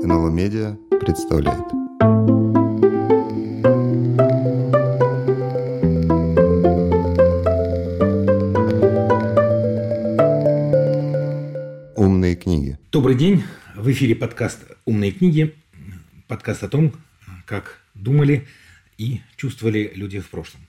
НЛО Медиа представляет. Умные книги. Добрый день. В эфире подкаст «Умные книги». Подкаст о том, как думали и чувствовали люди в прошлом.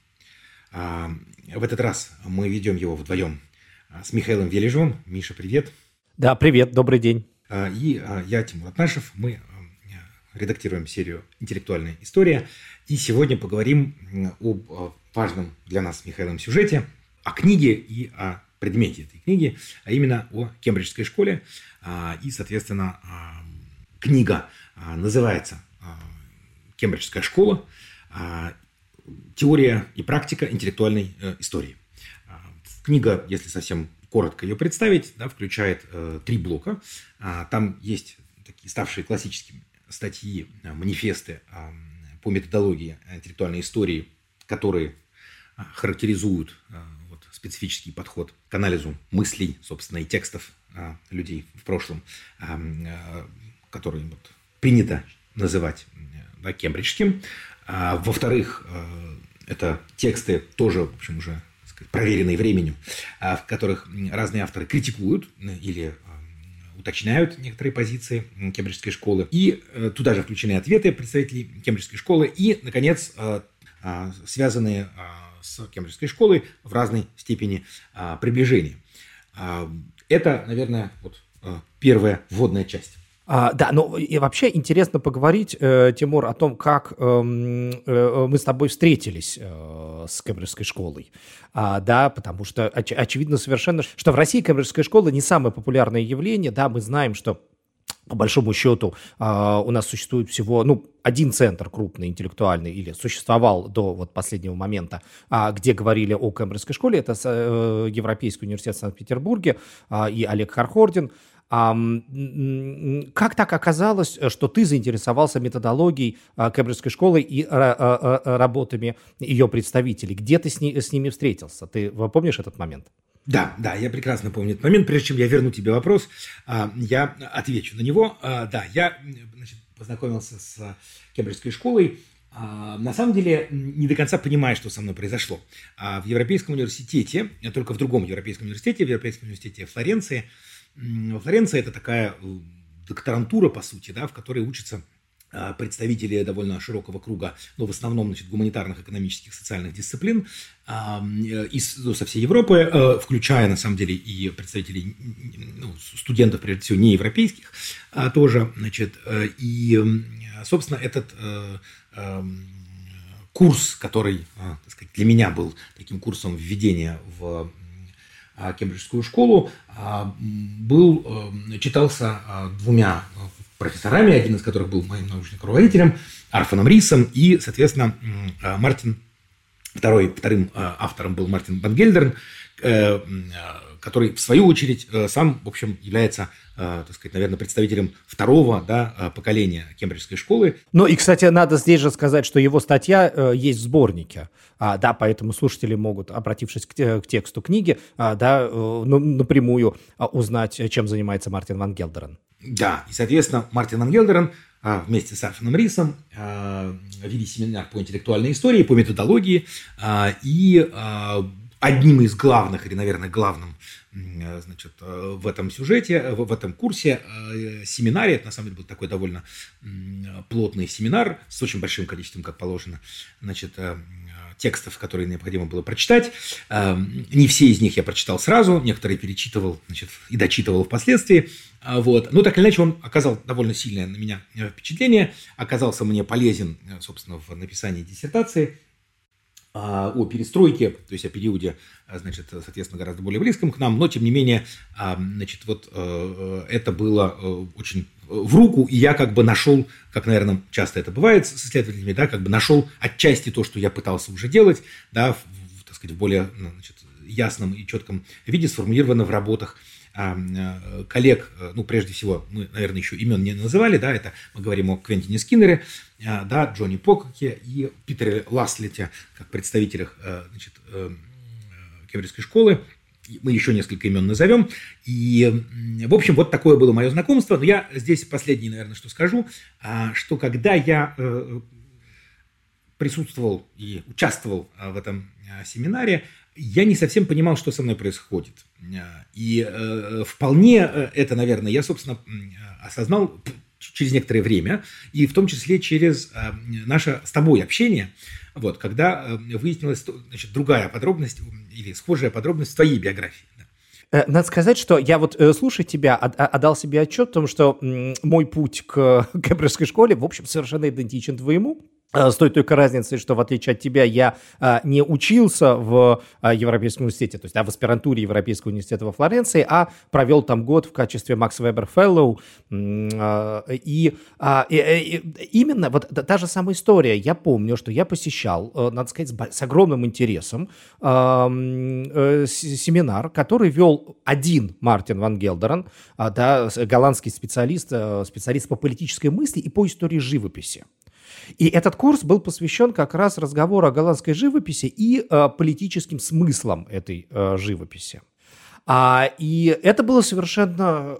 В этот раз мы ведем его вдвоем с Михаилом Вележевым. Миша, привет. Да, привет, добрый день. И я, Тимур Атнашев. Мы редактируем серию «Интеллектуальная история». И сегодня поговорим об важном для нас с Михаилом сюжете, о книге и о предмете этой книги, а именно о Кембриджской школе. И, соответственно, книга называется «Кембриджская школа. Теория и практика интеллектуальной истории». Книга, если совсем коротко ее представить, включает 3 блока. Там есть такие ставшие классическими статьи, манифесты по методологии интеллектуальной истории, которые характеризуют специфический подход к анализу мыслей, собственно, и текстов людей в прошлом, которые принято называть кембриджским. Во-вторых, это тексты тоже, в общем, уже проверенные временем, в которых разные авторы критикуют или уточняют некоторые позиции Кембриджской школы. И туда же включены ответы представителей Кембриджской школы. И, наконец, связанные с Кембриджской школой в разной степени приближения. Это, наверное, первая вводная часть. Да, ну и вообще интересно поговорить, Тимур, о том, как мы с тобой встретились с Кембриджской школой. Да, потому что очевидно совершенно, что в России Кембриджская школа не самое популярное явление. Да, мы знаем, что по большому счету у нас существует всего один центр крупный, интеллектуальный, или существовал до последнего момента, где говорили о Кембриджской школе. Это Европейский университет в Санкт-Петербурге и Олег Хархордин. Как так оказалось, что ты заинтересовался методологией Кембриджской школы и работами ее представителей? Где ты с ними встретился? Ты помнишь этот момент? Да, я прекрасно помню этот момент. Прежде чем я верну тебе вопрос, я отвечу на него. Да, я познакомился с Кембриджской школой. На самом деле не до конца понимаю, что со мной произошло. В Европейском университете, только в другом Европейском университете, в Европейском университете Флоренции. Флоренция – это такая докторантура, по сути, в которой учатся представители довольно широкого круга, но в основном гуманитарных, экономических, социальных дисциплин со всей Европы, включая, на самом деле, и представителей студентов, прежде всего, неевропейских тоже. И, собственно, этот курс, который, так сказать, для меня был таким курсом введения в Кембриджскую школу, читался 2 профессорами, один из которых был моим научным руководителем, Арфаном Рисом, и, соответственно, вторым автором был Мартин ван Гельдерн, который, в свою очередь, сам, в общем, является, так сказать, наверное, представителем второго поколения Кембриджской школы. Ну и, кстати, надо здесь же сказать, что его статья есть в сборнике. Да, поэтому слушатели могут, обратившись к тексту книги, напрямую узнать, чем занимается Мартин ван Гельдерн. Да, и, соответственно, Мартин ван Гельдерн вместе с Арфаном Рисом вели семинар по интеллектуальной истории, по методологии, и одним из главных, или, наверное, главным, в этом сюжете, в этом курсе, семинаре, это на самом деле был такой довольно плотный семинар с очень большим количеством, как положено, текстов, которые необходимо было прочитать. Не все из них я прочитал сразу, некоторые перечитывал, и дочитывал впоследствии. Но так или иначе он оказал довольно сильное на меня впечатление, оказался мне полезен, собственно, в написании диссертации о перестройке, то есть о периоде, соответственно, гораздо более близком к нам, но, тем не менее, это было очень в руку, и я нашел, как, наверное, часто это бывает с исследователями, нашел отчасти то, что я пытался уже делать, так сказать, в более ясном и четком виде, сформулировано в работах коллег, прежде всего, мы, наверное, еще имен не называли, это мы говорим о Квентине Скиннере, Джонни Пококе и Питере Ласлете, как представителях Кембриджской школы. мы еще несколько имен назовем. И, в общем, вот такое было мое знакомство. Но я здесь последнее, наверное, что скажу, что когда я присутствовал и участвовал в этом семинаре, я не совсем понимал, что со мной происходит. И вполне это, наверное, я, собственно, осознал через некоторое время, и в том числе через наше с тобой общение, вот, когда выяснилась, значит, другая подробность или схожая подробность в твоей биографии. Надо сказать, что я вот, слушая тебя, отдал себе отчет в том, что мой путь к Кембриджской школе, в общем, совершенно идентичен твоему. С той только разницей, что в отличие от тебя я не учился в Европейском университете, то есть в аспирантуре Европейского университета во Флоренции, а провел там год в качестве Макс Вебер Феллоу. И именно вот та же самая история. Я помню, что я посещал, надо сказать, с огромным интересом семинар, который вел один Мартин ван Гелдерен, голландский специалист по политической мысли и по истории живописи. И этот курс был посвящен как раз разговору о голландской живописи и политическим смыслам этой живописи. И это было совершенно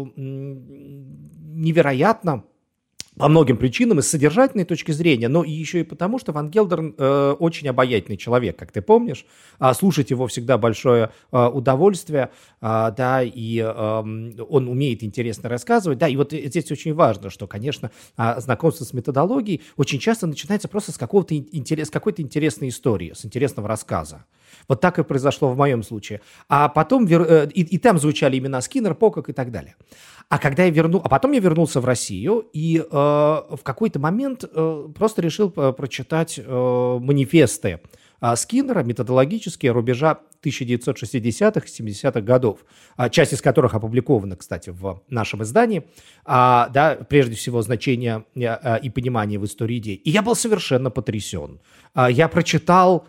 невероятно по многим причинам, и с содержательной точки зрения, но и еще и потому, что Ван Гелдерен очень обаятельный человек, как ты помнишь. Слушать его всегда большое удовольствие, да, и он умеет интересно рассказывать. Да, и вот здесь очень важно, что, конечно, знакомство с методологией очень часто начинается просто с какой-то интересной истории, с интересного рассказа. Вот так и произошло в моем случае. А потом, и там звучали имена Скиннер, Покок и так далее. А потом я вернулся в Россию и в какой-то момент просто решил прочитать манифесты Скиннера, методологические, рубежа 1960-х, 70-х годов, часть из которых опубликована, кстати, в нашем издании, да, прежде всего значение и понимание в истории идей. И я был совершенно потрясен. Я прочитал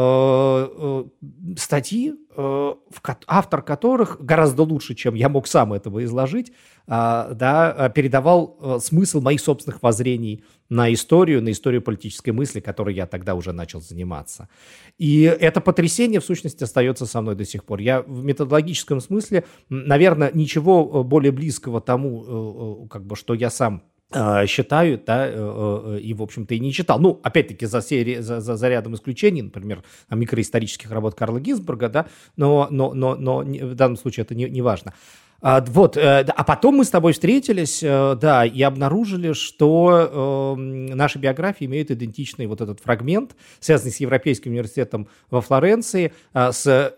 статьи, автор которых гораздо лучше, чем я мог сам этого изложить, передавал смысл моих собственных воззрений на историю политической мысли, которой я тогда уже начал заниматься. И это потрясение, в сущности, остается со мной до сих пор. Я в методологическом смысле, наверное, ничего более близкого тому, что я сам считаю, да, и, в общем-то, и не читал. Ну, опять-таки, за рядом исключений, например, микроисторических работ Карла Гинзбурга, да, но в данном случае это не важно. А потом мы с тобой встретились, да, и обнаружили, что наши биографии имеют идентичный вот этот фрагмент, связанный с Европейским университетом во Флоренции, с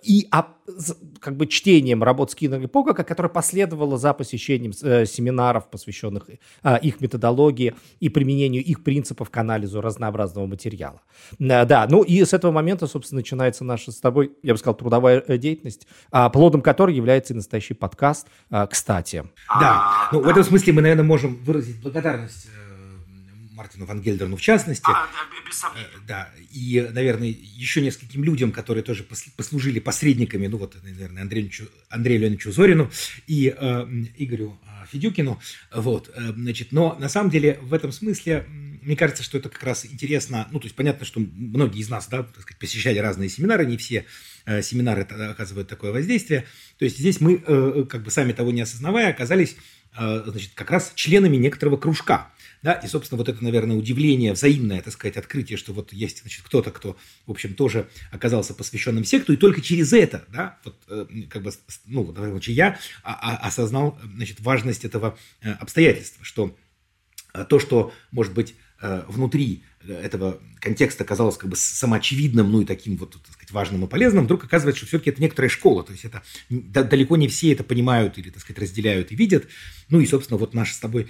чтением работ Скиннера и Покока, которое последовало за посещением семинаров, посвященных их методологии и применению их принципов к анализу разнообразного материала. Да, ну и с этого момента, собственно, начинается наша с тобой, я бы сказал, трудовая деятельность, плодом которой является и настоящий подкаст, кстати. Да, ну в этом смысле мы, наверное, можем выразить благодарность Мартину ван Гелдерну в частности. Без сомнения. Да, и, наверное, еще нескольким людям, которые тоже послужили посредниками, ну вот, наверное, Андрею Леонидовичу Зорину и Игорю Федюкину. Вот, значит, но на самом деле в этом смысле, мне кажется, что это как раз интересно. Ну, то есть понятно, что многие из нас, да, так сказать, посещали разные семинары, не все семинары оказывают такое воздействие. То есть здесь мы, как бы сами того не осознавая, оказались, значит, как раз членами некоторого кружка. Да, и, собственно, вот это, наверное, удивление, взаимное, так сказать, открытие, что вот есть, значит, кто-то, кто, в общем, тоже оказался посвященным секту, и только через это, да, вот, как бы, ну, в данном случае я осознал, значит, важность этого обстоятельства, что то, что, может быть, внутри этого контекста казалось как бы самоочевидным, ну и таким вот, так сказать, важным и полезным, вдруг оказывается, что все-таки это некоторая школа, то есть это далеко не все это понимают или, так сказать, разделяют и видят. Ну и, собственно, вот наше с тобой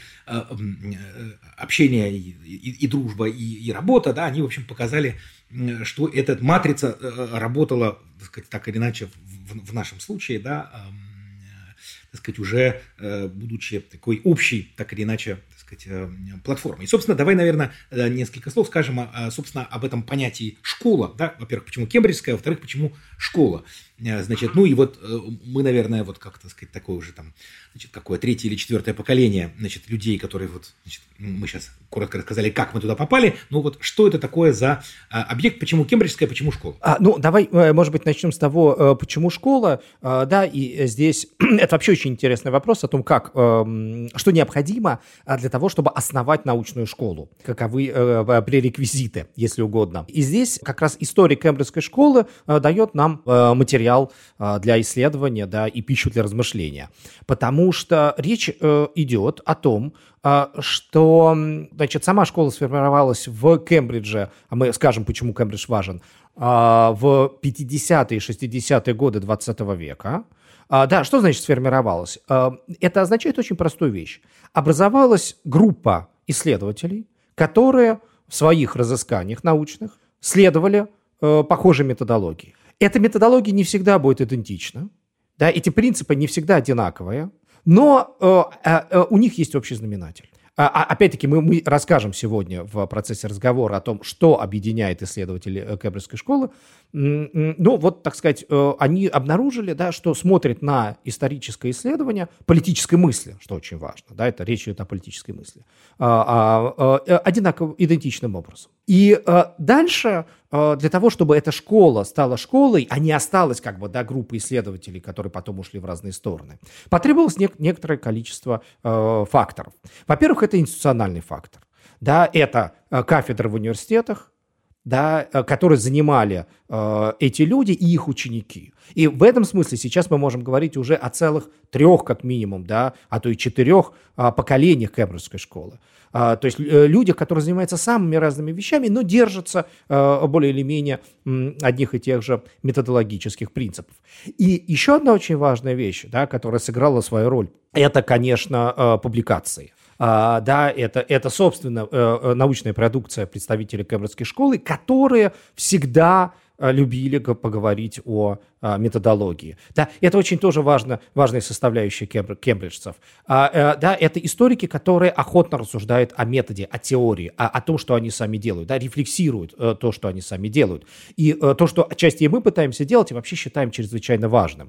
общение и дружба, и работа, да, они, в общем, показали, что эта матрица работала, так сказать, так или иначе в нашем случае, да, так сказать, уже будучи такой общей, так или иначе, так сказать, платформой. И, собственно, давай, наверное, несколько слов скажем, собственно, об этом понятии школа, да, во-первых, почему кембриджская, во-вторых, почему школа. Значит, ну и вот мы, наверное, вот как, так сказать, такое уже там, значит, какое третье или четвертое поколение, значит, людей, которые вот, значит, мы сейчас коротко рассказали, как мы туда попали, ну вот что это такое за объект, почему кембриджская, почему школа? Ну, давай, может быть, начнем с того, почему школа, да, и здесь это вообще очень интересный вопрос о том, как, что необходимо для того, чтобы основать научную школу, каковы пререквизиты, если угодно. И здесь как раз история кембриджской школы дает нам материал для исследования, да, и пищу для размышления. Потому что речь идет о том, что, значит, сама школа сформировалась в Кембридже, а мы скажем, почему Кембридж важен, в 50-е и 60-е годы 20 века. Да, что значит сформировалась? Это означает очень простую вещь. Образовалась группа исследователей, которые в своих разысканиях научных следовали похожей методологии. Эта методология не всегда будет идентична, да, эти принципы не всегда одинаковые, но у них есть общий знаменатель. Опять-таки, мы расскажем сегодня в процессе разговора о том, что объединяет исследователей Кембриджской школы. Ну, вот, так сказать, они обнаружили, да, что смотрят на историческое исследование политической мысли, что очень важно, да, это речь идет о политической мысли, одинаково, идентичным образом. И дальше для того, чтобы эта школа стала школой, а не осталась как бы, да, группа исследователей, которые потом ушли в разные стороны, потребовалось некоторое количество факторов. Во-первых, это институциональный фактор. Да, это кафедры в университетах, да, которые занимали эти люди и их ученики. И в этом смысле сейчас мы можем говорить уже о целых 3, как минимум, да, а то и 4 поколениях Кембриджской школы. То есть люди, которые занимаются самыми разными вещами, но держатся более или менее одних и тех же методологических принципов. И еще одна очень важная вещь, да, которая сыграла свою роль, это, конечно, публикации. Да, это, собственно, научная продукция представителей Кембриджской школы, которые всегда любили поговорить о методологии. Да, это очень тоже важная составляющая кембриджцев. Да, это историки, которые охотно рассуждают о методе, о теории, о том, что они сами делают, да, рефлексируют то, что они сами делают. И то, что отчасти и мы пытаемся делать, и вообще считаем чрезвычайно важным.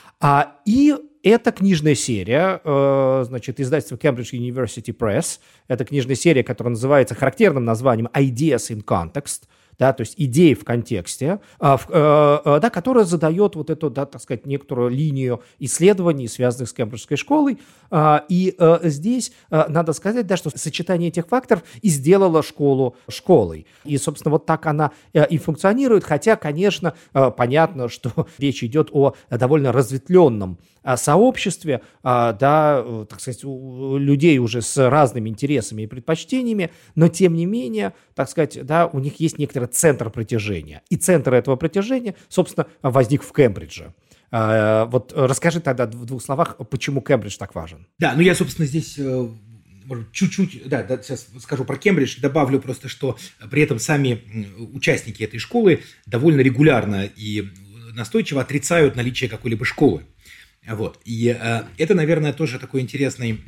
И это книжная серия, значит, издательство Cambridge University Press. Это книжная серия, которая называется характерным названием «Ideas in Context», да, то есть идеи в контексте, да, которая задает вот эту, да, так сказать, некоторую линию исследований, связанных с Кембриджской школой. И здесь надо сказать, да, что сочетание этих факторов и сделало школу школой. И, собственно, вот так она и функционирует, хотя, конечно, понятно, что речь идет о довольно разветвленном сообществе, да, так сказать, у людей уже с разными интересами и предпочтениями, но, тем не менее, так сказать, да, у них есть некоторый центр притяжения. И центр этого притяжения, собственно, возник в Кембридже. Вот расскажи тогда в 2 словах, почему Кембридж так важен. Да, ну я, собственно, здесь чуть-чуть, да, сейчас скажу про Кембридж, добавлю просто, что при этом сами участники этой школы довольно регулярно и настойчиво отрицают наличие какой-либо школы. Вот. И это, наверное, тоже такой интересный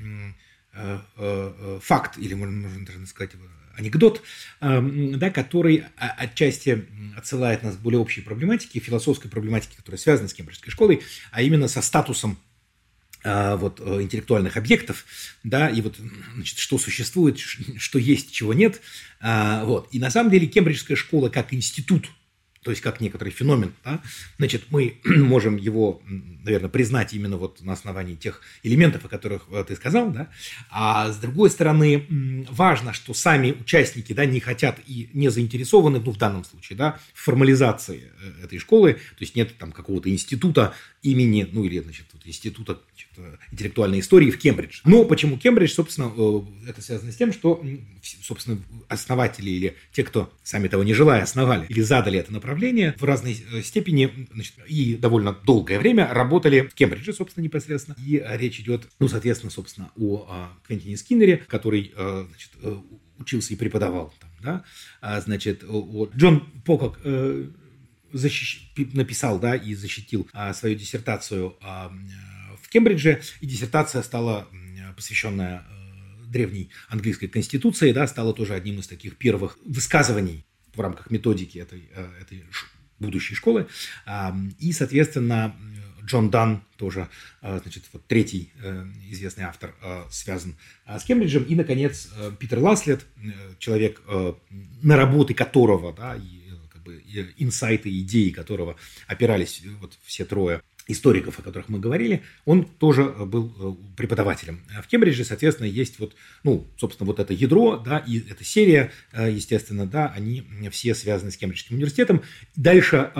факт, или можно даже сказать, анекдот, да, который отчасти отсылает нас к более общей проблематике, философской проблематике, которая связана с Кембриджской школой, а именно со статусом вот, интеллектуальных объектов, да, и вот, значит, что существует, что есть, чего нет. Вот. И на самом деле Кембриджская школа как институт, то есть как некоторый феномен, да, значит, мы можем его, наверное, признать именно вот на основании тех элементов, о которых ты сказал, да, а с другой стороны, важно, что сами участники, да, не хотят и не заинтересованы, ну, в данном случае, да, в формализации этой школы, то есть нет там какого-то института имени, ну, или, значит, вот института, значит, интеллектуальной истории в Кембридже. Но почему Кембридж, собственно, это связано с тем, что, собственно, основатели или те, кто, сами того не желая, основали или задали это направление, в разной степени, значит, и довольно долгое время работали в Кембридже, собственно, непосредственно. И речь идет, ну, соответственно, собственно, о Квентине Скиннере, который, значит, учился и преподавал там, да, значит, Джон Покок написал, да, и защитил свою диссертацию в Кембридже, и диссертация стала посвященная древней английской конституции, да, стала тоже одним из таких первых высказываний в рамках методики этой будущей школы. И, соответственно, Джон Данн, тоже, значит, вот третий известный автор, связан с Кембриджем. И, наконец, Питер Ласлет, человек, наработки которого, да, и инсайты, идеи которого опирались вот все трое историков, о которых мы говорили, он тоже был преподавателем в Кембридже. Соответственно, есть вот, ну, собственно, вот это ядро, да, и эта серия, естественно, да, они все связаны с Кембриджским университетом. Дальше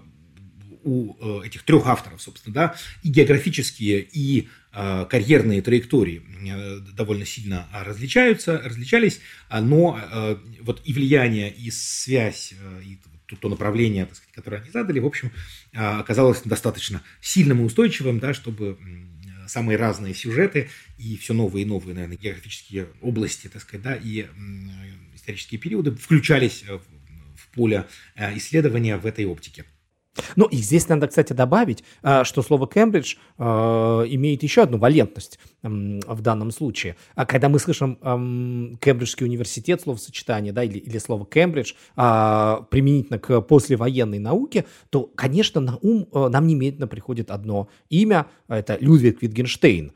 у этих трех авторов, собственно, да, и географические, и карьерные траектории довольно сильно различались, но вот и влияние, и связь, и то направление, так сказать, которое они задали, в общем, оказалось достаточно сильным и устойчивым, да, чтобы самые разные сюжеты и все новые и новые, наверное, географические области, так сказать, да, и исторические периоды включались в поле исследования в этой оптике. Ну, и здесь надо, кстати, добавить, что слово «Кембридж» имеет еще одну валентность в данном случае. Когда мы слышим «Кембриджский университет», словосочетание, да, или слово «Кембридж» применительно к послевоенной науке, то, конечно, на ум нам немедленно приходит одно имя – это Людвиг Витгенштейн.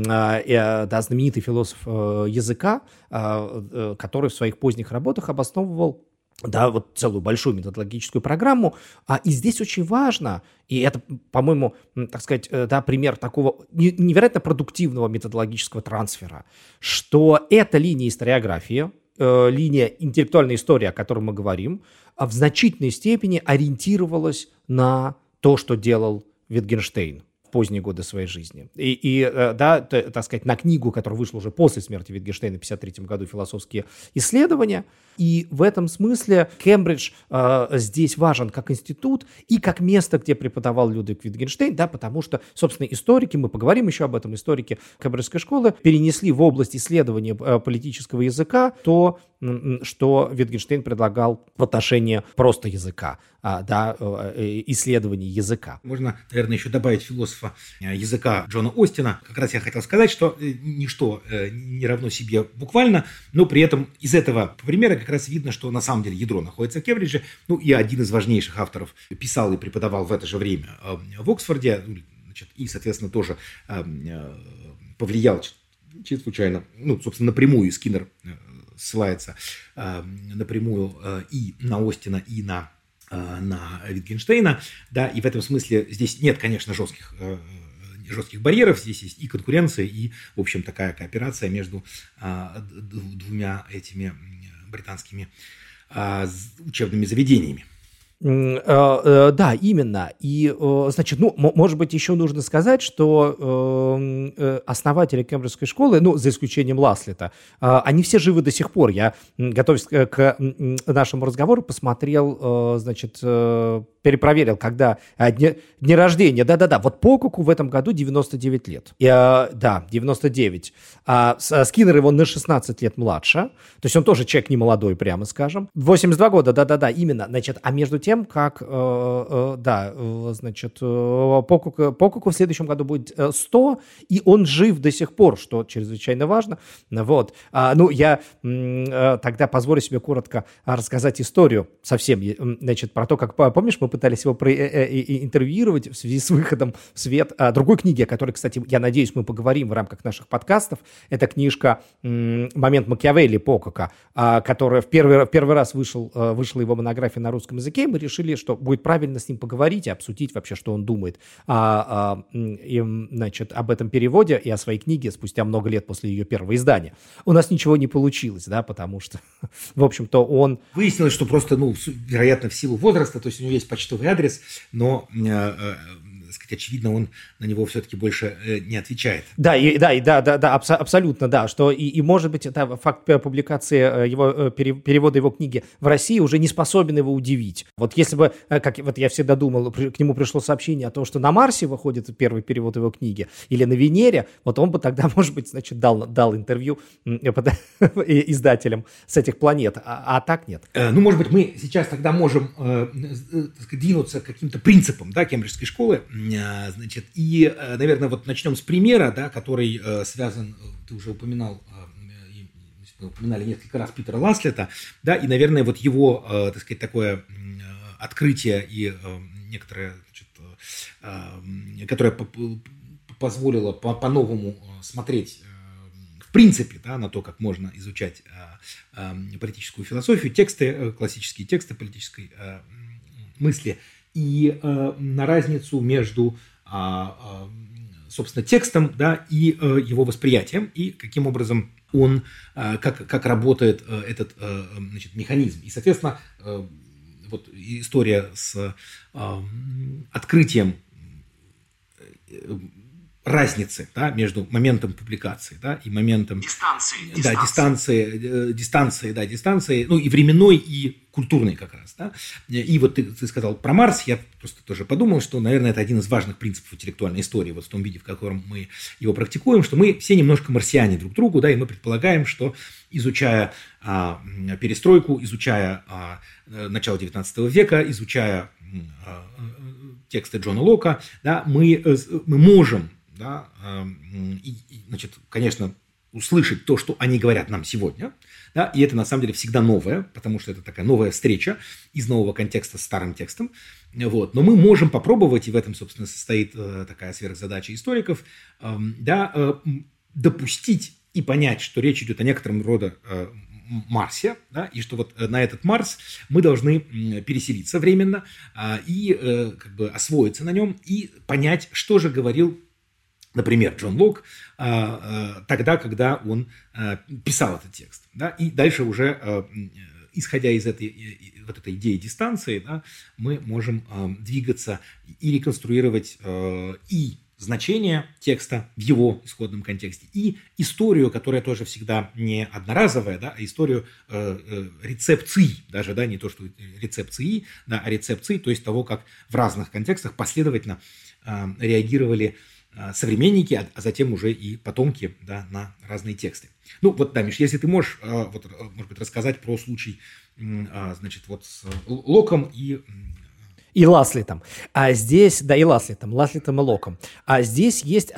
Да, знаменитый философ языка, который в своих поздних работах обосновывал, да, вот целую большую методологическую программу. И здесь очень важно, и это, по-моему, так сказать, да, пример такого невероятно продуктивного методологического трансфера, что эта линия историографии, линия интеллектуальной истории, о которой мы говорим, в значительной степени ориентировалась на то, что делал Витгенштейн в поздние годы своей жизни. Да, так сказать, на книгу, которая вышла уже после смерти Витгенштейна в 1953 году, «Философские исследования». И в этом смысле Кембридж здесь важен как институт и как место, где преподавал Людвиг Витгенштейн, да, потому что, собственно, историки, мы поговорим еще об этом, историки Кембриджской школы перенесли в область исследования политического языка то, что Витгенштейн предлагал в отношении просто языка, да, исследований языка. Можно, наверное, еще добавить философа языка Джона Остина. Как раз я хотел сказать, что ничто не равно себе буквально, но при этом из этого примера как раз видно, что на самом деле ядро находится в Кембридже. Ну, и один из важнейших авторов писал и преподавал в это же время в Оксфорде, значит, и, соответственно, тоже повлиял чрезвычайно, ну, собственно, напрямую Скиннер ссылается напрямую и на Остина, и на Витгенштейна, да, и в этом смысле здесь нет, конечно, жестких барьеров, здесь есть и конкуренция, и, в общем, такая кооперация между двумя этими британскими учебными заведениями. Да, именно. И, значит, ну, может быть, еще нужно сказать, что основатели Кембриджской школы, ну, за исключением Ласлета, они все живы до сих пор. Я, готовясь к нашему разговору, посмотрел, значит, перепроверил, когда дни рождения. Да-да-да, вот Покуку в этом году 99 лет. Да, 99. Скиннер его на 16 лет младше. То есть он тоже человек не молодой, прямо скажем. 82 года, да-да-да, именно. Значит, а между тем, как, да, значит, Покуку в следующем году будет 100, и он жив до сих пор, что чрезвычайно важно. Вот. Ну, я тогда позволю себе коротко рассказать историю совсем, значит, про то, как, помнишь, мы пытались его интервьюировать в связи с выходом в свет другой книги, о которой, кстати, я надеюсь, мы поговорим в рамках наших подкастов. Это книжка «Момент Макиавелли» Покука, которая в первый раз вышла его монография на русском языке, и мы решили, что будет правильно с ним поговорить и обсудить вообще, что он думает значит, об этом переводе и о своей книге спустя много лет после ее первого издания. У нас ничего не получилось, да, потому что, в общем-то, он... Выяснилось, что просто, ну, вероятно, в силу возраста, то есть у него есть почтовый адрес, но... сказать, очевидно, он на него все-таки больше не отвечает. Да, абсолютно, да, что и может быть, это факт публикации его перевода его книги в России уже не способен его удивить. Вот если бы, как вот я всегда думал, к нему пришло сообщение о том, что на Марсе выходит первый перевод его книги, или на Венере, вот он бы тогда, может быть, значит, дал интервью издателям с этих планет, а так нет. Ну, может быть, мы сейчас тогда можем двинуться к каким-то принципам, да, Кембриджской школы. Значит, и, наверное, вот начнем с примера, да, который связан, ты уже упоминал, мы упоминали несколько раз Питера Ласлета, да, и, наверное, вот его, так сказать, такое открытие и некоторое, которое позволило по-новому смотреть в принципе, да, на то, как можно изучать политическую философию, тексты, классические тексты политической мысли, и на разницу между, собственно, текстом, да, и его восприятием, и каким образом он, как работает этот, значит, механизм. И, соответственно, вот история с открытием разницы, да, между моментом публикации, да, и моментом дистанции, ну и временной, и культурной как раз. Да. И вот ты сказал про Марс, я просто тоже подумал, что, наверное, это один из важных принципов интеллектуальной истории, вот в том виде, в котором мы его практикуем, что мы все немножко марсиане друг другу, да, и мы предполагаем, что, изучая перестройку, изучая начало XIX века, изучая тексты Джона Лока, да, мы можем, да, значит, конечно, услышать то, что они говорят нам сегодня, да, и это на самом деле всегда новое, потому что это такая новая встреча из нового контекста с старым текстом, вот. Но мы можем попробовать, и в этом, собственно, состоит такая сверхзадача историков, да, допустить и понять, что речь идет о некотором роде Марсе, да, и что вот на этот Марс мы должны переселиться временно и как бы освоиться на нем и понять, что же говорил, например, Джон Лок тогда, когда он писал этот текст. Да, и дальше уже, исходя из этой идеи дистанции, да, мы можем двигаться и реконструировать и значение текста в его исходном контексте, и историю, которая тоже всегда не одноразовая, да, а историю рецепций, даже, да, не то, что рецепции, да, а рецепций, то есть того, как в разных контекстах последовательно реагировали современники, а затем уже и потомки, да, на разные тексты. Ну вот, да, Миш, если ты можешь, вот, может быть, рассказать про случай, значит, вот с Локом и Ласлитом. А здесь, да, и Ласлитом и Локом. А здесь есть,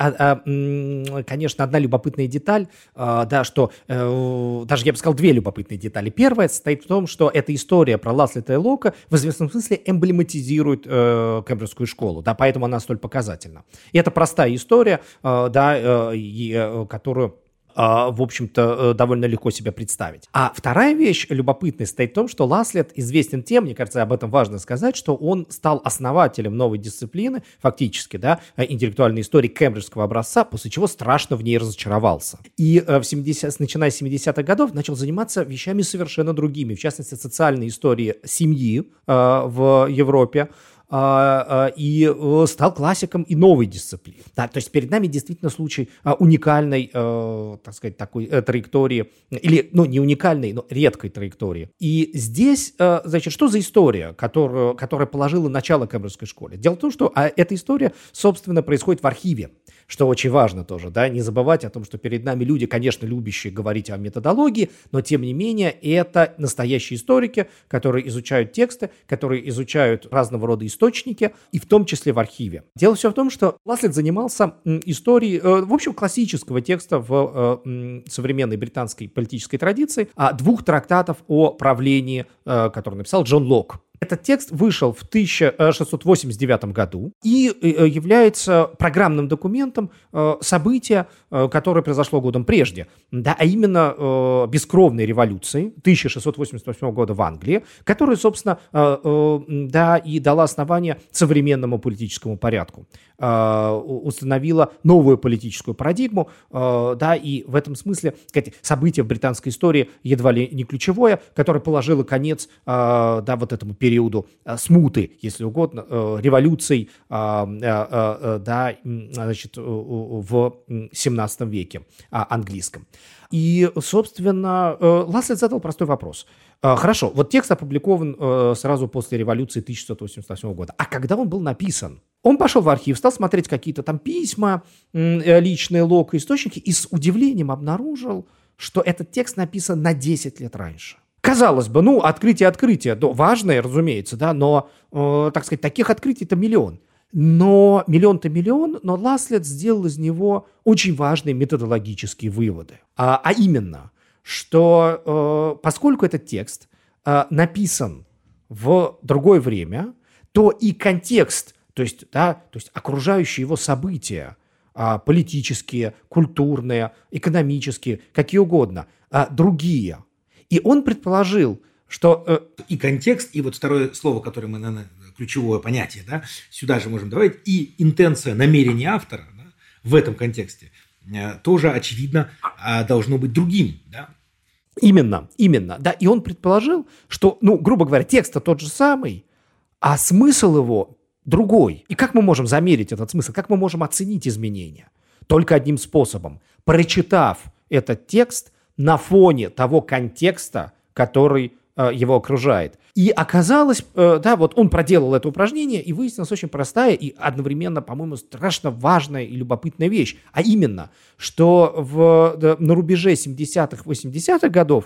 конечно, одна любопытная деталь, да, что, даже я бы сказал, две любопытные детали. Первая состоит в том, что эта история про Ласлита и Лока в известном смысле эмблематизирует Кембриджскую школу, да, поэтому она столь показательна. И это простая история, да, которую, в общем-то, довольно легко себе представить. А вторая вещь любопытная состоит в том, что Ласлет известен тем, мне кажется, об этом важно сказать, что он стал основателем новой дисциплины, фактически, да, интеллектуальной истории кембриджского образца, после чего страшно в ней разочаровался. И начиная с 70-х годов начал заниматься вещами совершенно другими, в частности, социальной историей семьи в Европе, и стал классиком и новой дисциплины. Да, то есть перед нами действительно случай уникальной, так сказать, такой траектории, или, ну, не уникальной, но редкой траектории. И здесь, значит, что за история, которая положила начало Кембриджской школе? Дело в том, что эта история, собственно, происходит в архиве, что очень важно тоже, да, не забывать о том, что перед нами люди, конечно, любящие говорить о методологии, но, тем не менее, это настоящие историки, которые изучают тексты, которые изучают разного рода источники, и в том числе в архиве. Дело все в том, что Ласлет занимался историей, в общем, классического текста в современной британской политической традиции, двух трактатов о правлении, которые написал Джон Лок. Этот текст вышел в 1689 году и является программным документом события, которое произошло годом прежде, да, а именно бескровной революции 1688 года в Англии, которая, собственно, да, и дала основание современному политическому порядку, установила новую политическую парадигму, да, и в этом смысле, сказать, событие в британской истории едва ли не ключевое, которое положило конец, да, вот этому периоду смуты, если угодно, революций, да, значит, в 17 веке английском. И, собственно, Ласлет задал простой вопрос. Хорошо, вот текст опубликован сразу после революции 1688 года. А когда он был написан? Он пошел в архив, стал смотреть какие-то там письма, личные Лока, источники, и с удивлением обнаружил, что этот текст написан на 10 лет раньше. Казалось бы, ну, открытие, да, важное, разумеется, да, но, так сказать, таких открытий-то миллион. Но но Ласлет сделал из него очень важные методологические выводы. А именно, что поскольку этот текст написан в другое время, то и контекст, то есть окружающие его события, политические, культурные, экономические, какие угодно, другие. И он предположил, что... И контекст, и вот второе слово, которое мы, наверное, ключевое понятие, да, сюда же можем добавить, и интенция, намерение автора, да, в этом контексте тоже, очевидно, должно быть другим, да. Именно, да. И он предположил, что, грубо говоря, текст-то тот же самый, а смысл его другой. И как мы можем замерить этот смысл? Как мы можем оценить изменения? Только одним способом. Прочитав этот текст на фоне того контекста, который его окружает. И оказалось, вот он проделал это упражнение, и выяснилась очень простая и одновременно, по-моему, страшно важная и любопытная вещь. А именно, что на рубеже 70-х, 80-х годов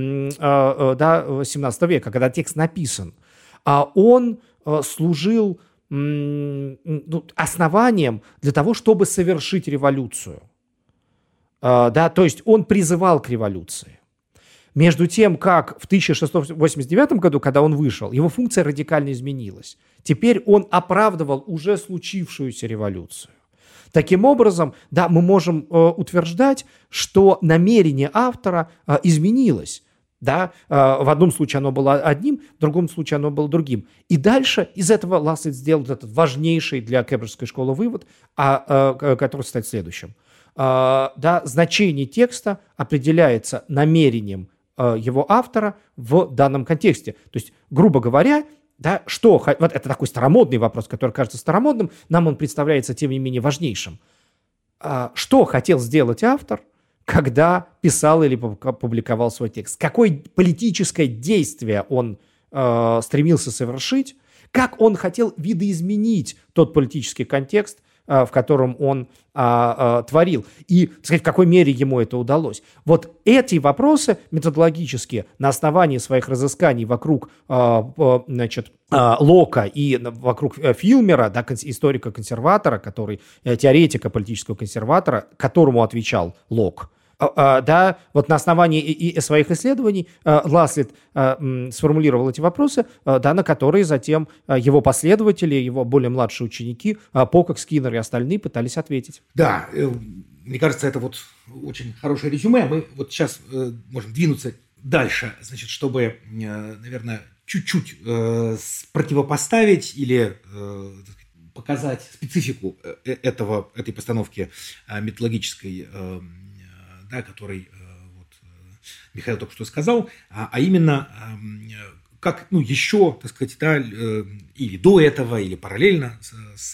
17 века, когда текст написан, он служил основанием для того, чтобы совершить революцию. То есть он призывал к революции. Между тем, как в 1689 году, когда он вышел, его функция радикально изменилась. Теперь он оправдывал уже случившуюся революцию. Таким образом, мы можем утверждать, что намерение автора изменилось. В одном случае оно было одним, в другом случае оно было другим. И дальше из этого Лассет сделал этот важнейший для Кембриджской школы вывод, который стоит следующим. Значение текста определяется намерением его автора в данном контексте. То есть, грубо говоря, вот это такой старомодный вопрос, который кажется старомодным, нам он представляется, тем не менее, важнейшим. Что хотел сделать автор, когда писал или публиковал свой текст? Какое политическое действие он стремился совершить? Как он хотел видоизменить тот политический контекст, в котором он творил, и, так сказать, в какой мере ему это удалось. Вот эти вопросы методологические на основании своих разысканий вокруг Лока и вокруг Филмера, историка-консерватора, теоретика политического консерватора, которому отвечал Лок, вот на основании своих исследований Лассет сформулировал эти вопросы, на которые затем его последователи, его более младшие ученики, Покок, Скиннер и остальные пытались ответить. Да, мне кажется, это вот очень хорошее резюме. Мы вот сейчас можем двинуться дальше, значит, чтобы, наверное, чуть-чуть противопоставить или показать специфику этой постановки методологической, который Михаил только что сказал, а именно как еще, так сказать, или до этого, или параллельно с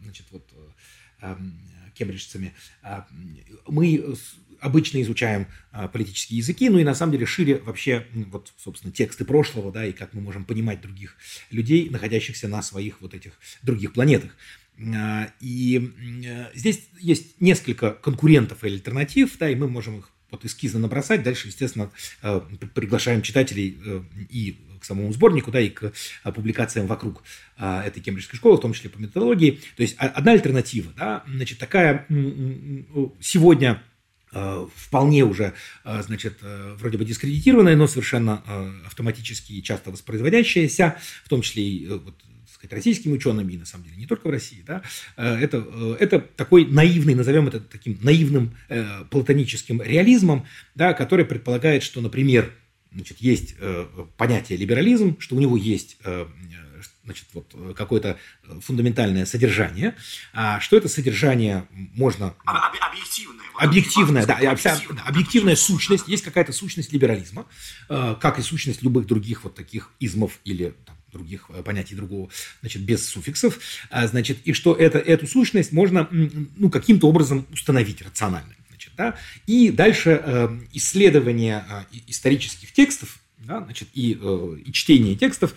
кембриджцами, мы обычно изучаем политические языки, и на самом деле шире вообще, собственно, тексты прошлого, и как мы можем понимать других людей, находящихся на своих этих других планетах. И здесь есть несколько конкурентов и альтернатив, и мы можем их эскизно набросать. Дальше, естественно, приглашаем читателей и к самому сборнику, и к публикациям вокруг этой кембриджской школы, в том числе по методологии. То есть одна альтернатива, такая сегодня вполне уже, вроде бы дискредитированная, но совершенно автоматически и часто воспроизводящаяся, в том числе и российскими учеными, и на самом деле не только в России, это такой наивный, назовем это таким наивным платоническим реализмом, который предполагает, что, например, есть понятие либерализм, что у него есть какое-то фундаментальное содержание, что это содержание можно... Объективная сущность, есть какая-то сущность либерализма, как и сущность любых других таких измов или других понятий другого, без суффиксов, и что эту сущность можно каким-то образом установить рационально. И дальше исследование исторических текстов, и чтение текстов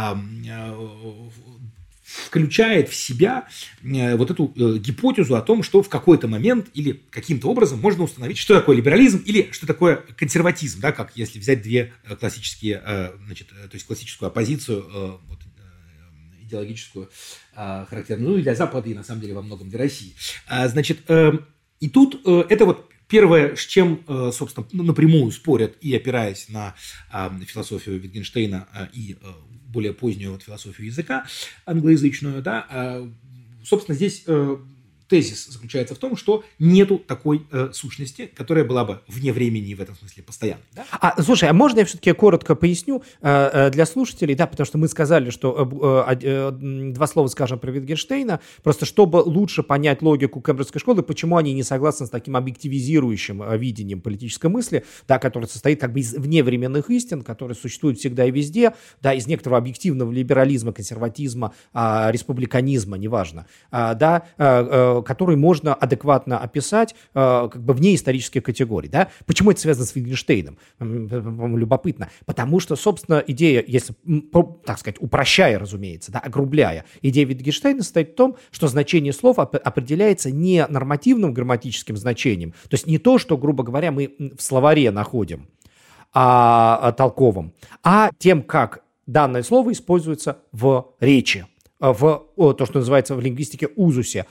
включает в себя эту гипотезу о том, что в какой-то момент или каким-то образом можно установить, что такое либерализм или что такое консерватизм, как если взять две классические, то есть классическую оппозицию, идеологическую, характерную для Запада и, на самом деле, во многом для России. И тут это первое, с чем, собственно, напрямую спорят и опираясь на философию Wittgensteina и более позднюю философию языка англоязычную, да, собственно, здесь тезис заключается в том, что нету такой сущности, которая была бы вне времени и в этом смысле постоянной. Да? Слушай, а можно я все-таки коротко поясню для слушателей, да, потому что мы сказали, что два слова скажем про Wittgensteina, просто чтобы лучше понять логику Кембриджской школы, почему они не согласны с таким объективизирующим видением политической мысли, да, которое состоит как бы из вневременных истин, которые существуют всегда и везде, да, из некоторого объективного либерализма, консерватизма, республиканизма, неважно, да, который можно адекватно описать как бы вне исторических категорий. Да? Почему это связано с Wittgenstein'ом? Любопытно. Потому что, собственно, идея, если, так сказать, упрощая, разумеется, да, огрубляя, идея Wittgensteina состоит в том, что значение слов определяется не нормативным грамматическим значением, то есть не то, что, грубо говоря, мы в словаре находим толковым, а тем, как данное слово используется в речи, в то, что называется в лингвистике узусе,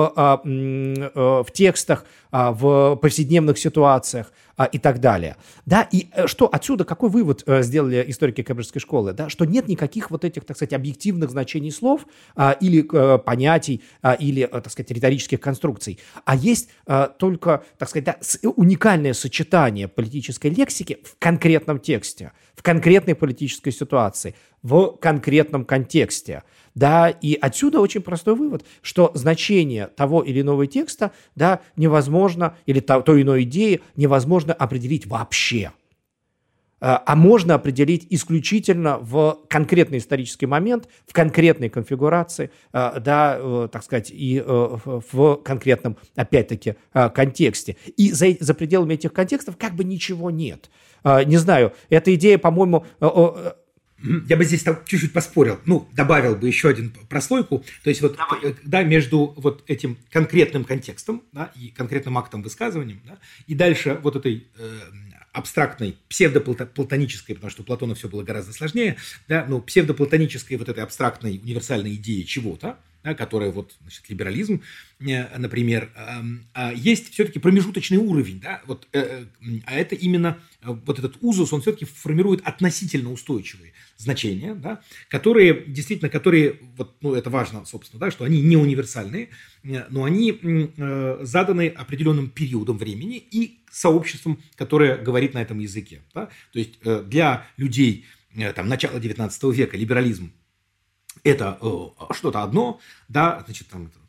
в текстах, в повседневных ситуациях и так далее. Да, и что отсюда, какой вывод сделали историки Кембриджской школы? Да, что нет никаких вот этих, так сказать, объективных значений слов или понятий, или, так сказать, риторических конструкций, а есть только, так сказать, да, уникальное сочетание политической лексики в конкретном тексте, в конкретной политической ситуации, в конкретном контексте. Да, и отсюда очень простой вывод, что значение того или иного текста, да, невозможно, или той иной идеи невозможно определить вообще. А можно определить исключительно в конкретный исторический момент, в конкретной конфигурации, да, так сказать, и в конкретном, опять-таки, контексте. И за пределами этих контекстов как бы ничего нет. Не знаю, эта идея, по-моему... Я бы здесь чуть-чуть поспорил, добавил бы еще один прослойку, то есть вот, да, между вот этим конкретным контекстом, да, и конкретным актом высказыванием, да, и дальше вот этой абстрактной, псевдоплатонической, потому что у Платона все было гораздо сложнее, да, но псевдоплатонической вот этой абстрактной универсальной идеи чего-то, да, которая вот, значит, либерализм, например, есть все-таки промежуточный уровень, да, вот, а это именно вот этот узус, он все-таки формирует относительно устойчивые значения, да, которые действительно, вот, это важно, собственно, да, что они не универсальные, но они заданы определенным периодом времени и сообществом, которое говорит на этом языке, да, то есть для людей там, начала XIX века либерализм это что-то одно, да, значит,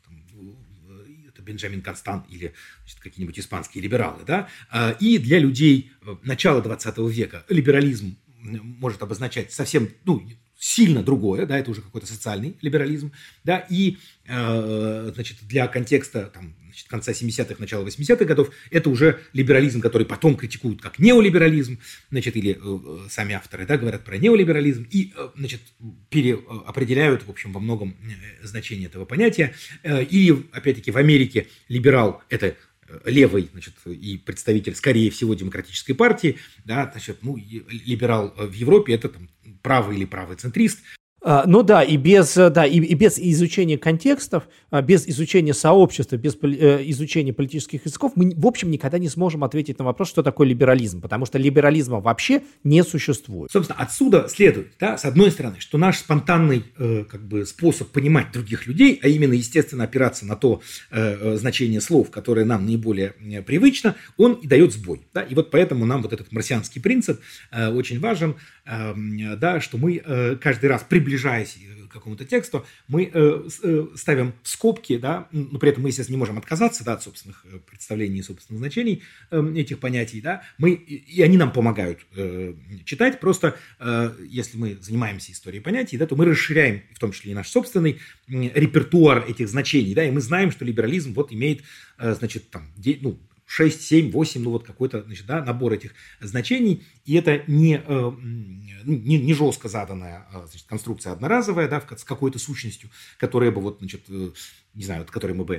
это Бенджамин Констант или, значит, какие-нибудь испанские либералы, да, и для людей начала XX века либерализм может обозначать совсем, сильно другое, да, это уже какой-то социальный либерализм, да, и, значит, для контекста, значит, конца 70-х, начала 80-х годов, это уже либерализм, который потом критикуют как неолиберализм, значит, или сами авторы, да, говорят про неолиберализм и, значит, переопределяют, в общем, во многом значение этого понятия, или, опять-таки, в Америке либерал – это левый, значит, и представитель, скорее всего, демократической партии, да, значит, либерал в Европе – это там правый или правый центрист. И без изучения контекстов, без изучения сообщества, без изучения политических языков мы, в общем, никогда не сможем ответить на вопрос, что такое либерализм, потому что либерализма вообще не существует. Собственно, отсюда следует, да, с одной стороны, что наш спонтанный способ понимать других людей, а именно, естественно, опираться на то значение слов, которое нам наиболее привычно, он и дает сбой. Да? И вот поэтому нам вот этот марсианский принцип очень важен, да, что мы каждый раз приближаясь к какому-то тексту, мы ставим в скобки, да, но при этом мы, естественно, не можем отказаться, да, от собственных представлений и собственных значений этих понятий, да, и они нам помогают читать, просто если мы занимаемся историей понятий, да, то мы расширяем, в том числе и наш собственный репертуар этих значений, да, и мы знаем, что либерализм вот имеет, значит, 6, 7, 8, какой-то, значит, да, набор этих значений, и это не жестко заданная, значит, конструкция одноразовая, да, с какой-то сущностью, которая бы, вот, значит, не знаю, от которой мы бы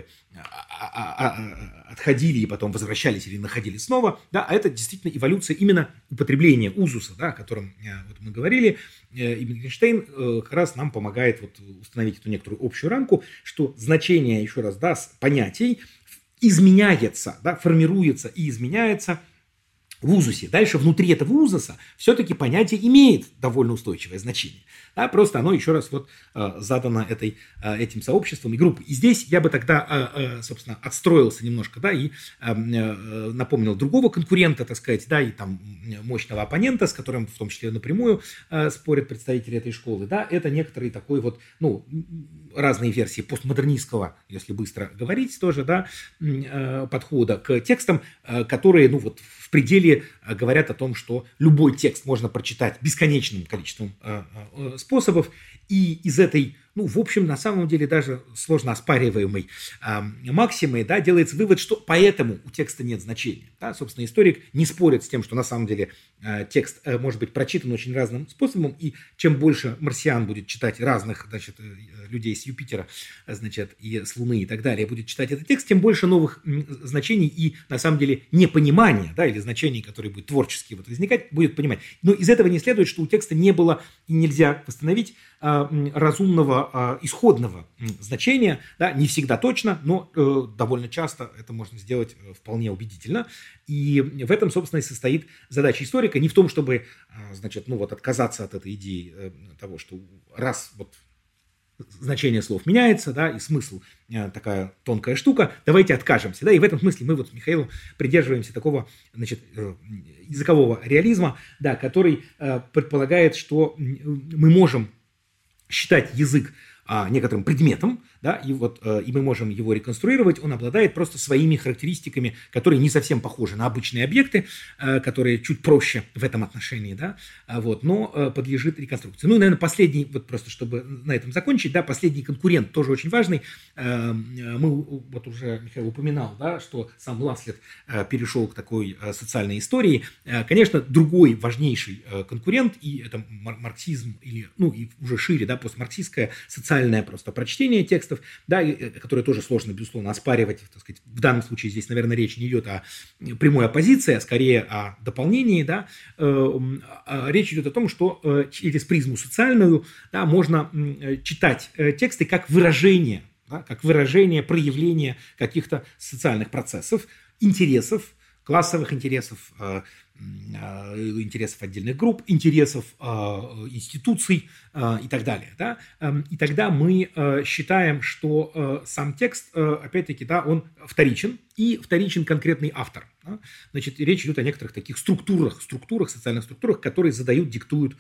отходили и потом возвращались или находили снова, да, а это действительно эволюция именно употребления узуса, да, о котором вот мы говорили, и Wittgenstein как раз нам помогает вот установить эту некоторую общую рамку, что значение, еще раз, да, понятий изменяется, да, формируется и изменяется в узусе. Дальше внутри этого узуса все-таки понятие имеет довольно устойчивое значение. Да, просто оно еще раз вот задано этим сообществом и группой. И здесь я бы тогда, собственно, отстроился немножко, да, и напомнил другого конкурента, так сказать, да, и там мощного оппонента, с которым в том числе напрямую спорят представители этой школы. Да, это некоторый такой вот, ну, разные версии постмодернистского, если быстро говорить тоже, да, подхода к текстам, которые, ну, вот в пределе говорят о том, что любой текст можно прочитать бесконечным количеством способов, и из этой, ну, в общем, на самом деле даже сложно оспариваемой максимой, да, делается вывод, что поэтому у текста нет значения. Да? Собственно, историк не спорит с тем, что на самом деле текст может быть прочитан очень разным способом, и чем больше марсиан будет читать разных, значит, людей с Юпитера, значит, и с Луны и так далее, будет читать этот текст, тем больше новых значений и, на самом деле, непонимания, да, или значений, которые будут творчески вот возникать, будет понимать. Но из этого не следует, что у текста не было и нельзя восстановить разумного исходного значения, да, не всегда точно, но довольно часто это можно сделать вполне убедительно. И в этом, собственно, и состоит задача историка, не в том, чтобы, значит, ну вот отказаться от этой идеи того, что раз вот значение слов меняется, да, и смысл такая тонкая штука, давайте откажемся, да, и в этом смысле мы вот с Михаилом придерживаемся такого, значит, языкового реализма, да, который предполагает, что мы можем считать язык некоторым предметом, да, и мы можем его реконструировать, он обладает просто своими характеристиками, которые не совсем похожи на обычные объекты, которые чуть проще в этом отношении, да, вот, но подлежит реконструкции. Ну и, наверное, последний, вот просто чтобы на этом закончить, да, последний конкурент, тоже очень важный, мы вот уже, Михаил упоминал, да, что сам Ласлет перешел к такой социальной истории. Конечно, другой важнейший конкурент, и это марксизм, или, ну, и уже шире, да, постмарксистское социальное просто прочтение текстов, да, которое тоже сложно, безусловно, оспаривать, так сказать. В данном случае здесь, наверное, речь не идет о прямой оппозиции, а скорее о дополнении, да. Речь идет о том, что через призму социальную, да, можно читать тексты как выражение, да, как выражение, проявление каких-то социальных процессов, интересов, классовых интересов, интересов отдельных групп, интересов институций и так далее. Да? И тогда мы считаем, что сам текст, опять-таки, да, он вторичен, и вторичен конкретный автор. Да? Значит, речь идет о некоторых таких структурах, социальных структурах, которые задают, диктуют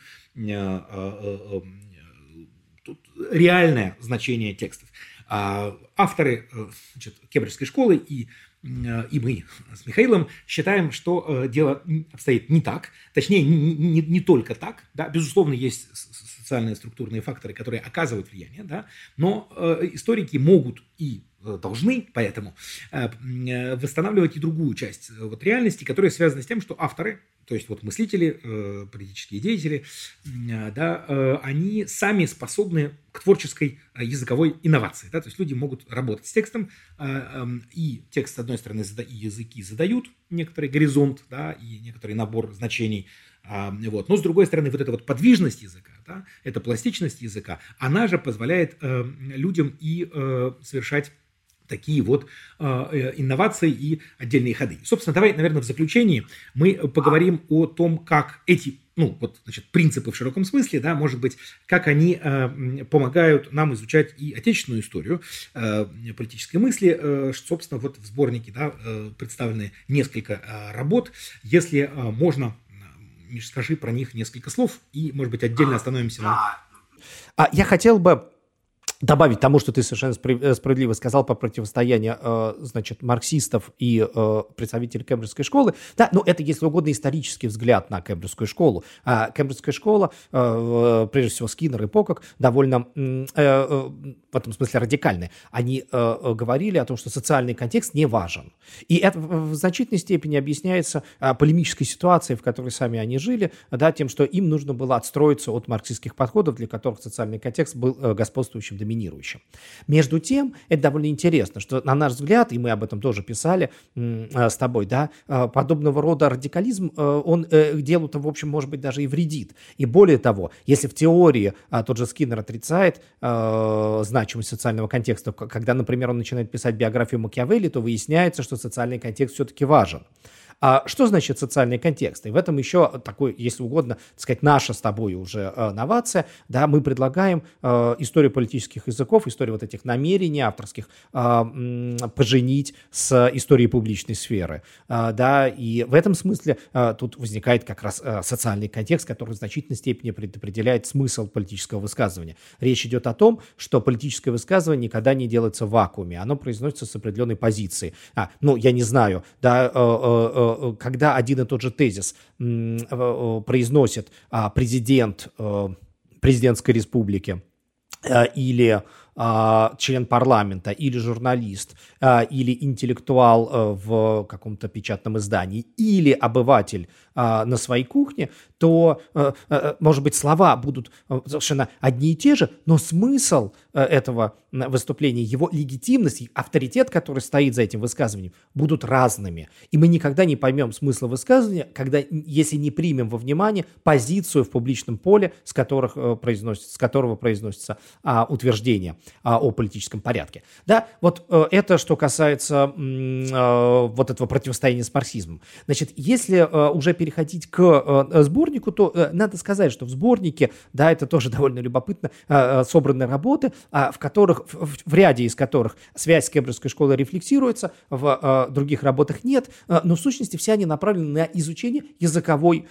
реальное значение текстов. Авторы, значит, Кембриджской школы и мы с Михаилом считаем, что дело обстоит не так, точнее, не только так, да, безусловно, есть социальные структурные факторы, которые оказывают влияние, да, но историки могут и должны поэтому восстанавливать и другую часть вот реальности, которая связана с тем, что авторы, то есть вот мыслители, политические деятели, да, они сами способны к творческой языковой инновации. Да? То есть люди могут работать с текстом, и текст, с одной стороны, и языки задают некоторый горизонт, да, и некоторый набор значений, вот. Но, с другой стороны, вот эта вот подвижность языка, да, эта пластичность языка, она же позволяет людям и совершать такие вот инновации и отдельные ходы. Собственно, давай, наверное, в заключении мы поговорим о том, как эти, ну, вот, значит, принципы в широком смысле, да, может быть, как они помогают нам изучать и отечественную историю политической мысли. Собственно, вот в сборнике, да, представлены несколько работ. Если можно, Миш, скажи про них несколько слов, и, может быть, отдельно остановимся на... Я хотел бы добавить тому, что ты совершенно справедливо сказал по противостоянию, значит, марксистов и представителей Кембриджской школы. Да, ну, это, если угодно, исторический взгляд на Кембриджскую школу. Кембриджская школа, прежде всего Скиннер и Покок, довольно в этом смысле радикальны. Они говорили о том, что социальный контекст не важен. И это в значительной степени объясняется полемической ситуацией, в которой сами они жили, да, тем, что им нужно было отстроиться от марксистских подходов, для которых социальный контекст был господствующим доминирующим. Между тем, это довольно интересно, что, на наш взгляд, и мы об этом тоже писали с тобой, да, подобного рода радикализм, он делу-то, в общем, может быть, даже и вредит. И более того, если в теории тот же Скиннер отрицает значимость социального контекста, когда, например, он начинает писать биографию Макиавелли, то выясняется, что социальный контекст все-таки важен. А что значит социальный контекст? И в этом еще такой, если угодно, так сказать, наша с тобой уже новация. Да, мы предлагаем историю политических языков, историю вот этих намерений авторских поженить с историей публичной сферы. Да, и в этом смысле тут возникает как раз социальный контекст, который в значительной степени предопределяет смысл политического высказывания. Речь идет о том, что политическое высказывание никогда не делается в вакууме, оно произносится с определенной позиции. Я не знаю, да, когда один и тот же тезис произносит президент президентской республики или член парламента, или журналист, или интеллектуал в каком-то печатном издании, или обыватель на своей кухне, то, может быть, слова будут совершенно одни и те же, но смысл этого выступления, его легитимность, авторитет, который стоит за этим высказыванием, будут разными. И мы никогда не поймем смысла высказывания, если не примем во внимание позицию в публичном поле, с которого произносится утверждение о политическом порядке. Да, вот это что касается вот этого противостояния с марксизмом. Значит, если уже переходить к сборнику, то надо сказать, что в сборнике, да, это тоже довольно любопытно, собраны работы, в ряде из которых связь с Кембриджской школой рефлексируется, в других работах нет, но в сущности все они направлены на изучение языковой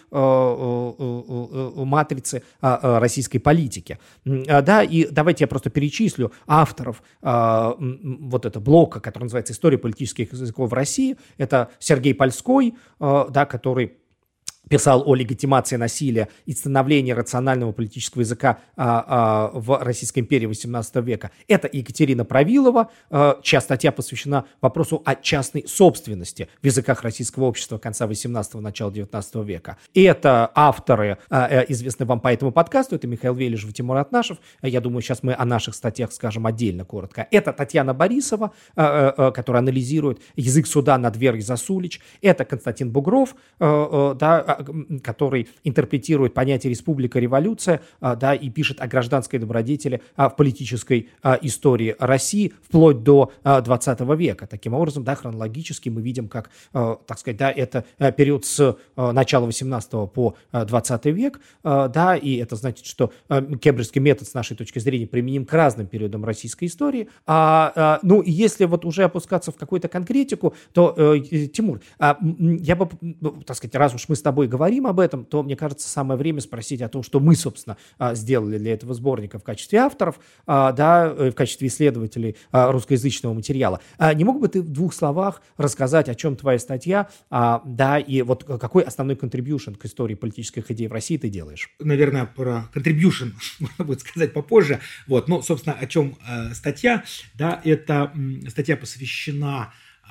матрицы российской политики. Да, и давайте я просто перечислю авторов вот этого блока, который называется «История политических языков в России». Это Сергей Польской, да, который писал о легитимации насилия и становлении рационального политического языка в Российской империи XVIII века. Это Екатерина Правилова, чья статья посвящена вопросу о частной собственности в языках российского общества конца XVIII – начала XIX века. И это авторы, известные вам по этому подкасту, это Михаил Вележев и Тимур Атнашев. Я думаю, сейчас мы о наших статьях скажем отдельно, коротко. Это Татьяна Борисова, которая анализирует язык суда над Верой Засулич. Это Константин Бугров, да, который интерпретирует понятие республика, революция, да, и пишет о гражданской добродетели в политической истории России вплоть до 20 века. Таким образом, да, хронологически мы видим, как, так сказать, да, это период с начала 18 по 20 век, да, и это значит, что кембриджский метод с нашей точки зрения применим к разным периодам российской истории. Ну, и если вот уже опускаться в какую-то конкретику, то, Тимур, я бы, так сказать, раз уж мы с тобой говорим об этом, то, мне кажется, самое время спросить о том, что мы, собственно, сделали для этого сборника в качестве авторов, да, в качестве исследователей русскоязычного материала. Не мог бы ты в двух словах рассказать, о чем твоя статья, да, и вот какой основной contribution к истории политических идей в России ты делаешь? Наверное, про contribution можно будет сказать попозже. Вот, ну, собственно, о чем статья, да, это статья посвящена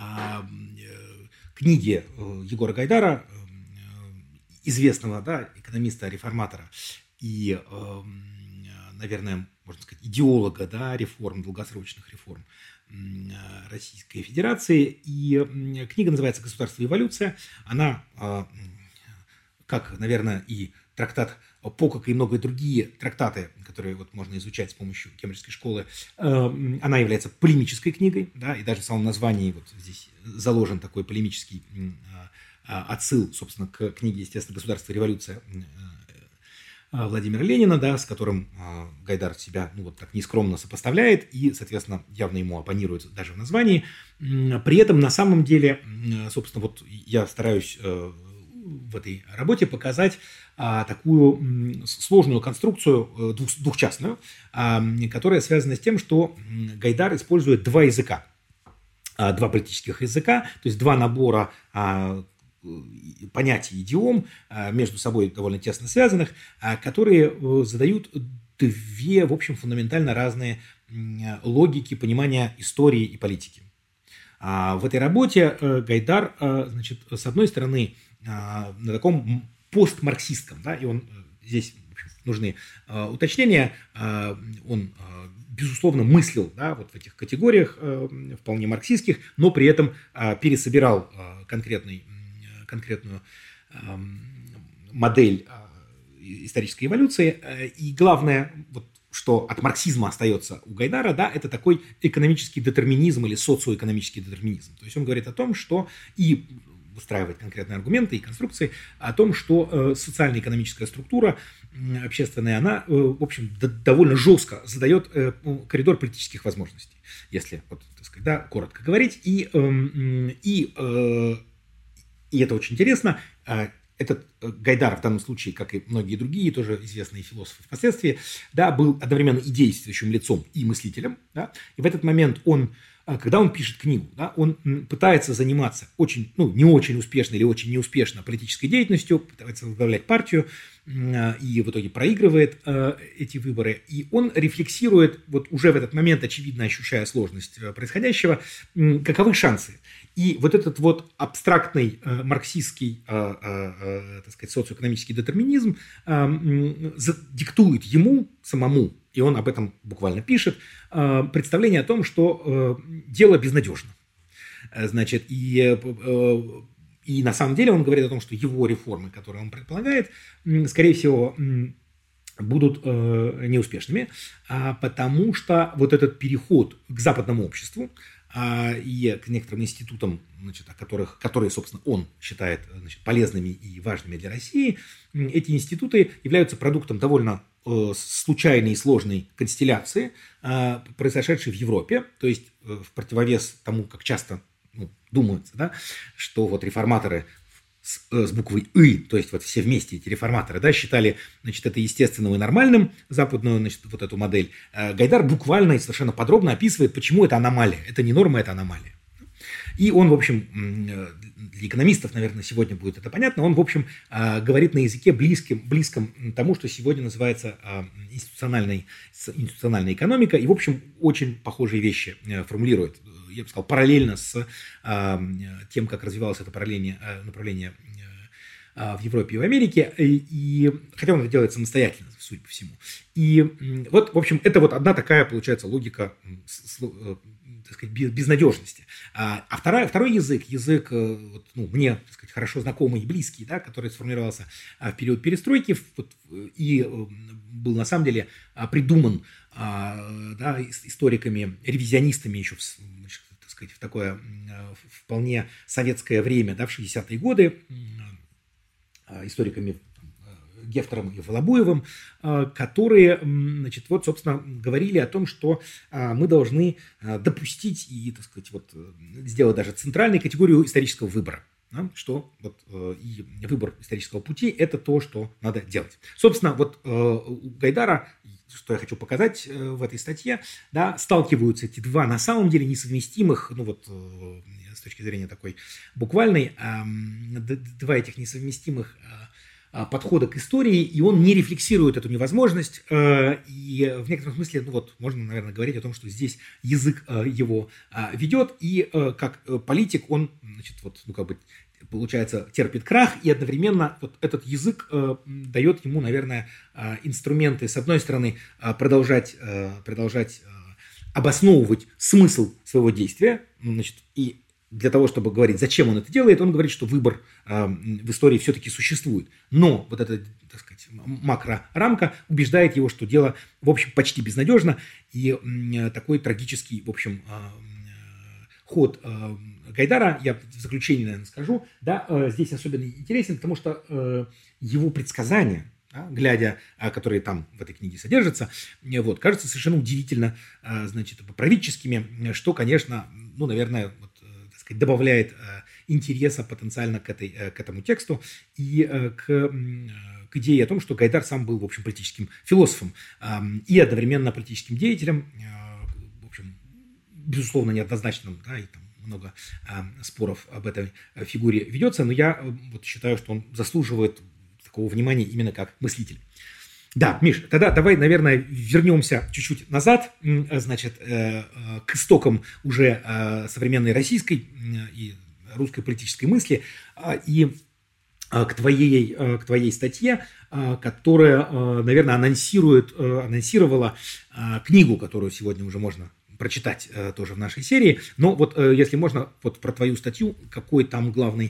книге Егора Гайдара, известного, да, экономиста-реформатора и, наверное, можно сказать, идеолога, да, реформ, долгосрочных реформ Российской Федерации. И книга называется «Государство и эволюция». Она, как, наверное, и трактат Покока и многие другие трактаты, которые вот можно изучать с помощью Кембриджской школы, она является полемической книгой, да, и даже в самом названии вот здесь заложен такой полемический отсыл, собственно, к книге, естественно, «Государство и революция» Владимира Ленина, да, с которым Гайдар себя, ну, вот так нескромно сопоставляет и, соответственно, явно ему оппонирует даже в названии. При этом, на самом деле, собственно, вот я стараюсь в этой работе показать такую сложную конструкцию, двухчастную, которая связана с тем, что Гайдар использует два языка, два политических языка, то есть два набора понятий, идиом, между собой довольно тесно связанных, которые задают две, в общем, фундаментально разные логики понимания истории и политики. В этой работе Гайдар, значит, с одной стороны, на таком постмарксистском, да, и он здесь в общем, нужны уточнения. Он, безусловно, мыслил, да, вот в этих категориях вполне марксистских, но при этом пересобирал конкретную модель исторической эволюции. И главное, вот, что от марксизма остается у Гайдара, да, это такой экономический детерминизм или социоэкономический детерминизм. То есть он говорит о том, что и выстраивает конкретные аргументы и конструкции о том, что социально-экономическая структура общественная, она, в общем, довольно жестко задает коридор политических возможностей, если, вот, так сказать, да, коротко говорить. И это очень интересно. Этот Гайдар в данном случае, как и многие другие, тоже известные философы впоследствии, да, был одновременно и действующим лицом, и мыслителем. Да, и в этот момент когда он пишет книгу, да, он пытается заниматься очень, не очень успешно или очень неуспешно политической деятельностью, пытается возглавлять партию и в итоге проигрывает эти выборы. И он рефлексирует, вот уже в этот момент, очевидно ощущая сложность происходящего, каковы шансы. И вот этот вот абстрактный марксистский, так сказать, социоэкономический детерминизм диктует ему самому, и он об этом буквально пишет, представление о том, что дело безнадежно. Значит, и на самом деле он говорит о том, что его реформы, которые он предполагает, скорее всего, будут неуспешными, потому что вот этот переход к западному обществу и к некоторым институтам, значит, которые, собственно, он считает, значит, полезными и важными для России, эти институты являются продуктом довольно случайной и сложной констелляции, произошедшей в Европе, то есть в противовес тому, как часто думается, да, что вот реформаторы с буквой «ы», то есть вот все вместе эти реформаторы, да, считали, значит, это естественным и нормальным, западную, значит, вот эту модель. Гайдар буквально и совершенно подробно описывает, почему это аномалия. Это не норма, это аномалия. И он, в общем, для экономистов, наверное, сегодня будет это понятно, он, в общем, говорит на языке близком тому, что сегодня называется институциональная экономика, и, в общем, очень похожие вещи формулирует. Я бы сказал, параллельно с тем, как развивалось это направление в Европе и в Америке, и хотя он это делает самостоятельно, судя по всему. И вот, в общем, это вот одна такая, получается, логика, так сказать, безнадежности. А второй язык, вот, мне, так сказать, хорошо знакомый и близкий, да, который сформировался в период перестройки и был на самом деле придуман, да, историками, ревизионистами еще, так сказать, в такое вполне советское время, да, в 60-е годы, историками Гефтером и Волобуевым, которые, значит, вот, собственно, говорили о том, что мы должны допустить и, так сказать, вот, сделать даже центральную категорию исторического выбора. Да, что вот, и выбор исторического пути – это то, что надо делать. Собственно, вот у Гайдара, что я хочу показать в этой статье, да, сталкиваются эти два на самом деле несовместимых, с точки зрения такой буквальной, два этих несовместимых подхода к истории, и он не рефлексирует эту невозможность, и в некотором смысле, можно, наверное, говорить о том, что здесь язык его ведет, и как политик он, значит, получается, терпит крах, и одновременно вот этот язык дает ему, наверное, инструменты, с одной стороны, продолжать обосновывать смысл своего действия, значит, и для того, чтобы говорить, зачем он это делает, он говорит, что выбор в истории все-таки существует. Но вот эта, так сказать, макрорамка убеждает его, что дело, в общем, почти безнадежно. И такой трагический, в общем, ход Гайдара, я в заключение, наверное, скажу, да, здесь особенно интересен, потому что его предсказания, да, которые там в этой книге содержатся, вот, кажутся совершенно удивительно, значит, пророческими, что, конечно, наверное, добавляет интереса потенциально к этому тексту и к идее о том, что Гайдар сам был, в общем, политическим философом и одновременно политическим деятелем, в общем, безусловно, неоднозначным, да, и там много споров об этой фигуре ведется, но я считаю, что он заслуживает такого внимания именно как мыслитель. Да, Миш, тогда давай, наверное, вернемся чуть-чуть назад, значит, к истокам уже современной российской и русской политической мысли. И к твоей статье, которая, наверное, анонсировала книгу, которую сегодня уже можно прочитать тоже в нашей серии. Но вот, если можно, вот про твою статью, какой там главный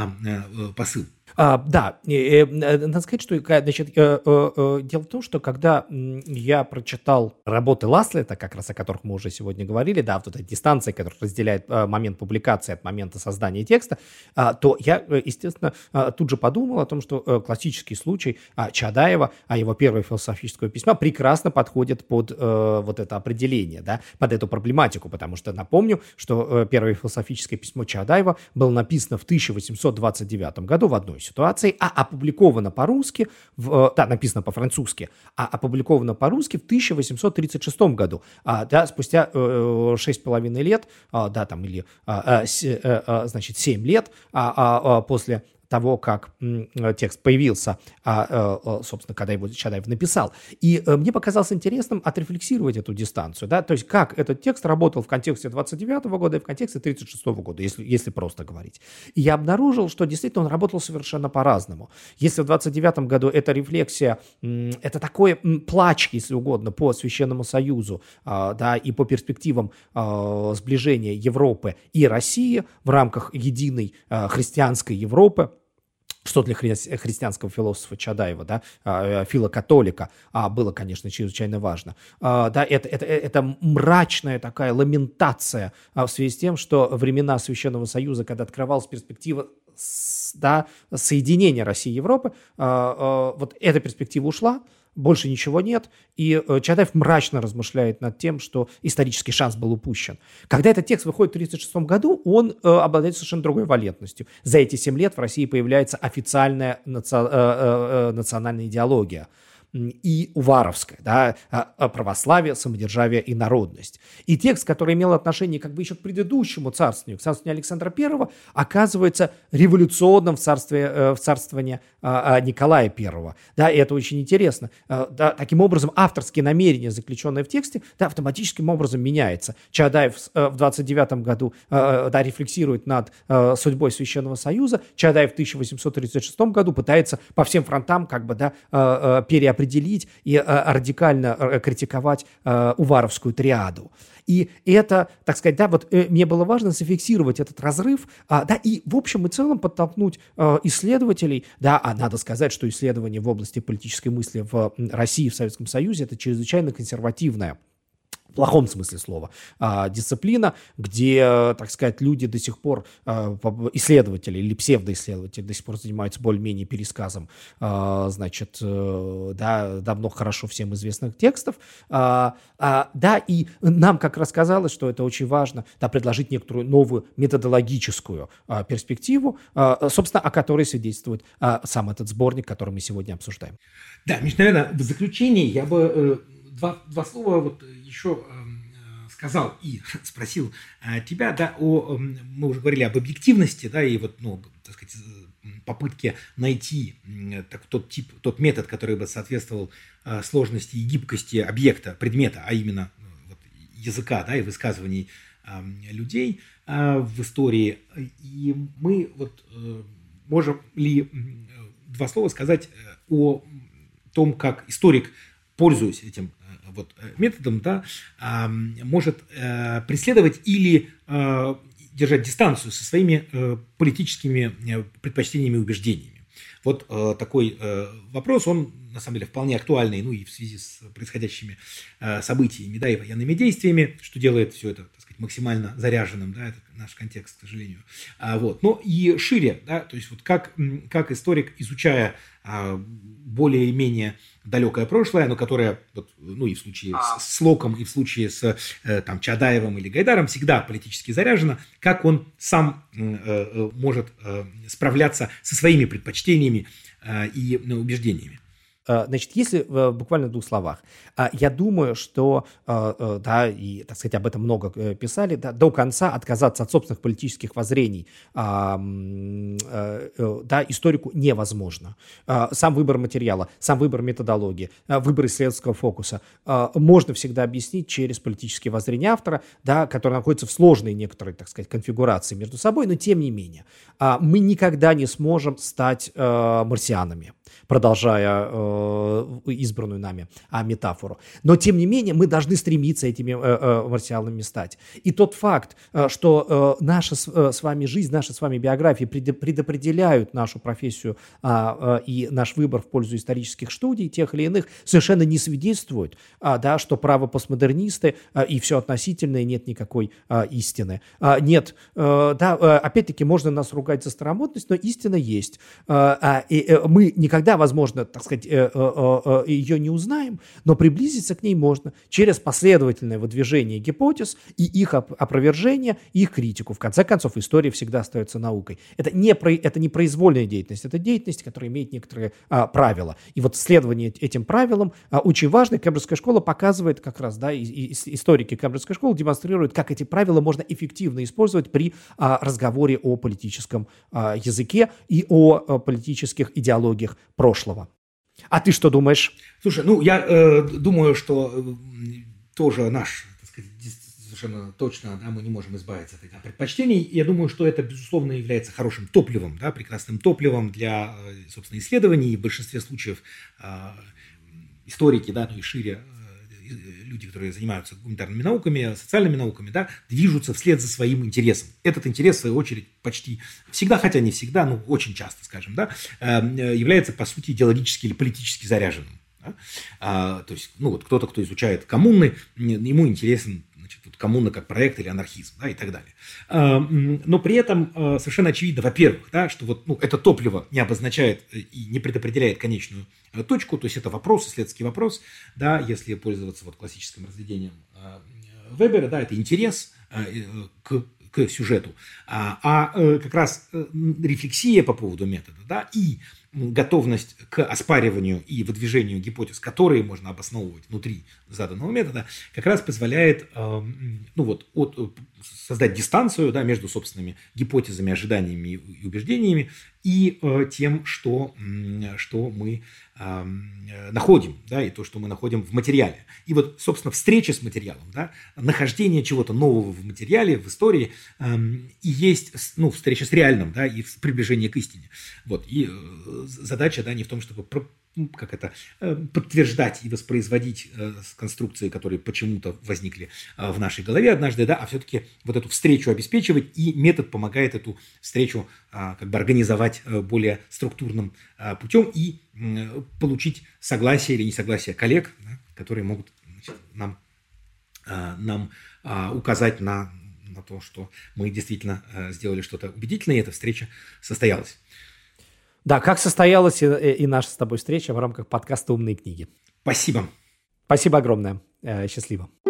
посыл? Да, надо сказать, что значит, дело в том, что когда я прочитал работы Ласлета, как раз о которых мы уже сегодня говорили, да, вот эта дистанция, которая разделяет момент публикации от момента создания текста, то я, естественно, тут же подумал о том, что классический случай Чаадаева, его первое философическое письмо прекрасно подходит под вот это определение, да, под эту проблематику, потому что напомню, что первое философическое письмо Чаадаева было написано в 1829 году в одной ситуации, опубликовано по-русски, написано по-французски, опубликовано по-русски в 1836 году, да, спустя 6,5 лет, да, там, или, значит, 7 лет после того, как текст появился, собственно, когда его Чаадаев написал. И мне показалось интересным отрефлексировать эту дистанцию, да, то есть как этот текст работал в контексте 29 года и в контексте 36 года, если просто говорить. И я обнаружил, что действительно он работал совершенно по-разному. Если в 29 году эта рефлексия, это такой плач, если угодно, по Священному Союзу, да, и по перспективам сближения Европы и России в рамках единой христианской Европы, что для христианского философа Чаадаева, да, филокатолика, было, конечно, чрезвычайно важно. Да, это мрачная такая ламентация в связи с тем, что времена Священного Союза, когда открывалась перспектива, да, соединения России и Европы, вот эта перспектива ушла, больше ничего нет, и Чаадаев мрачно размышляет над тем, что исторический шанс был упущен. Когда этот текст выходит в 1936 году, он обладает совершенно другой валентностью. За эти 7 лет в России появляется официальная национальная идеология. И уваровская, да, православие, самодержавие и народность. И текст, который имел отношение как бы еще к предыдущему царствованию, к царствованию Александра I, оказывается революционным в царствовании Николая I. Да, и это очень интересно. Да, таким образом, авторские намерения, заключенные в тексте, да, автоматическим образом меняются. Чаадаев в 29 году да, рефлексирует над судьбой Священного Союза. Чаадаев в 1836 году пытается по всем фронтам как бы, да, переопределить и радикально критиковать уваровскую триаду. И это, так сказать, да, вот мне было важно зафиксировать этот разрыв, да, и в общем и целом подтолкнуть исследователей, да, надо сказать, что исследование в области политической мысли в России, в Советском Союзе, это чрезвычайно консервативное, в плохом смысле слова, дисциплина, где, так сказать, люди до сих пор, исследователи или псевдоисследователи до сих пор занимаются более-менее пересказом, значит, да, давно хорошо всем известных текстов, да, и нам как раз казалось, что это очень важно, да, предложить некоторую новую методологическую перспективу, собственно, о которой свидетельствует сам этот сборник, который мы сегодня обсуждаем. Да, Миш, наверное, в заключении я бы два слова вот еще сказал и спросил тебя, да, мы уже говорили об объективности, да, и вот, ну, так сказать, попытке найти тот метод, который бы соответствовал сложности и гибкости объекта, предмета, а именно вот, языка, да, и высказываний людей в истории. И мы вот можем ли два слова сказать о том, как историк, пользуясь этим вот методом, да, может преследовать или держать дистанцию со своими политическими предпочтениями и убеждениями. Вот такой вопрос, он на самом деле вполне актуальный, ну и в связи с происходящими событиями, да, и военными действиями, что делает все это, так сказать, максимально заряженным, да, это наш контекст, к сожалению. Вот. Но и шире, да, то есть вот как историк, изучая более-менее далекое прошлое, но которое, вот, ну и в случае с Локом, и в случае с там, Чаадаевым или Гайдаром всегда политически заряжено, как он сам может справляться со своими предпочтениями и убеждениями. Значит, если буквально в двух словах, я думаю, что, да, и, так сказать, об этом много писали, да, до конца отказаться от собственных политических воззрений, да, историку невозможно. Сам выбор материала, сам выбор методологии, выбор исследовательского фокуса можно всегда объяснить через политические воззрения автора, да, которые находятся в сложной некоторой, так сказать, конфигурации между собой, но тем не менее мы никогда не сможем стать марсианами, продолжая избранную нами метафору. Но, тем не менее, мы должны стремиться этими марсианами стать. И тот факт, что наша с вами жизнь, наши с вами биографии предопределяют нашу профессию и наш выбор в пользу исторических студий, тех или иных, совершенно не свидетельствует, да, что правопостмодернисты и все относительное, нет никакой истины. Нет, да, опять-таки, можно нас ругать за старомодность, но истина есть. И мы никогда, возможно, так сказать, ее не узнаем, но приблизиться к ней можно через последовательное выдвижение гипотез и их опровержение, и их критику. В конце концов, история всегда остается наукой. Это не произвольная деятельность, это деятельность, которая имеет некоторые правила. И вот следование этим правилам очень важно. Кембриджская школа показывает как раз, да, историки Кембриджской школы демонстрируют, как эти правила можно эффективно использовать при разговоре о политическом языке и о политических идеологиях прошлого. А ты что думаешь? Слушай, ну, я думаю, что тоже наш, так сказать, совершенно точно, да, мы не можем избавиться от этих предпочтений. Я думаю, что это, безусловно, является хорошим топливом, да, прекрасным топливом для, собственно, исследований. И в большинстве случаев историки, да, ну и шире люди, которые занимаются гуманитарными науками, социальными науками, да, движутся вслед за своим интересом. Этот интерес, в свою очередь, почти всегда, хотя не всегда, но очень часто, скажем, да, является, по сути, идеологически или политически заряженным. Да? То есть, ну, вот кто-то, кто изучает коммуны, ему интересен, значит, вот коммуна как проект или анархизм, да, и так далее. Но при этом совершенно очевидно, во-первых, да, что вот, ну, это топливо не обозначает и не предопределяет конечную точку, то есть это вопрос, исследовательский вопрос, да, если пользоваться вот классическим разведением Вебера, да, это интерес к сюжету, как раз рефлексия по поводу метода, да, и готовность к оспариванию и выдвижению гипотез, которые можно обосновывать внутри заданного метода, как раз позволяет создать дистанцию, да, между собственными гипотезами, ожиданиями и убеждениями и тем, что мы находим, да, и то, что мы находим в материале. И вот, собственно, встреча с материалом, да, нахождение чего-то нового в материале, в истории, и есть, ну, встреча с реальным, да, и приближение к истине. Вот, и задача, да, не в том, чтобы подтверждать и воспроизводить конструкции, которые почему-то возникли в нашей голове однажды, да, а все-таки вот эту встречу обеспечивать, и метод помогает эту встречу как бы организовать более структурным путем и получить согласие или несогласие коллег, да, которые могут, значит, нам указать на то, что мы действительно сделали что-то убедительное, и эта встреча состоялась. Да, как состоялась и наша с тобой встреча в рамках подкаста «Умные книги». Спасибо. Спасибо огромное. Счастливо.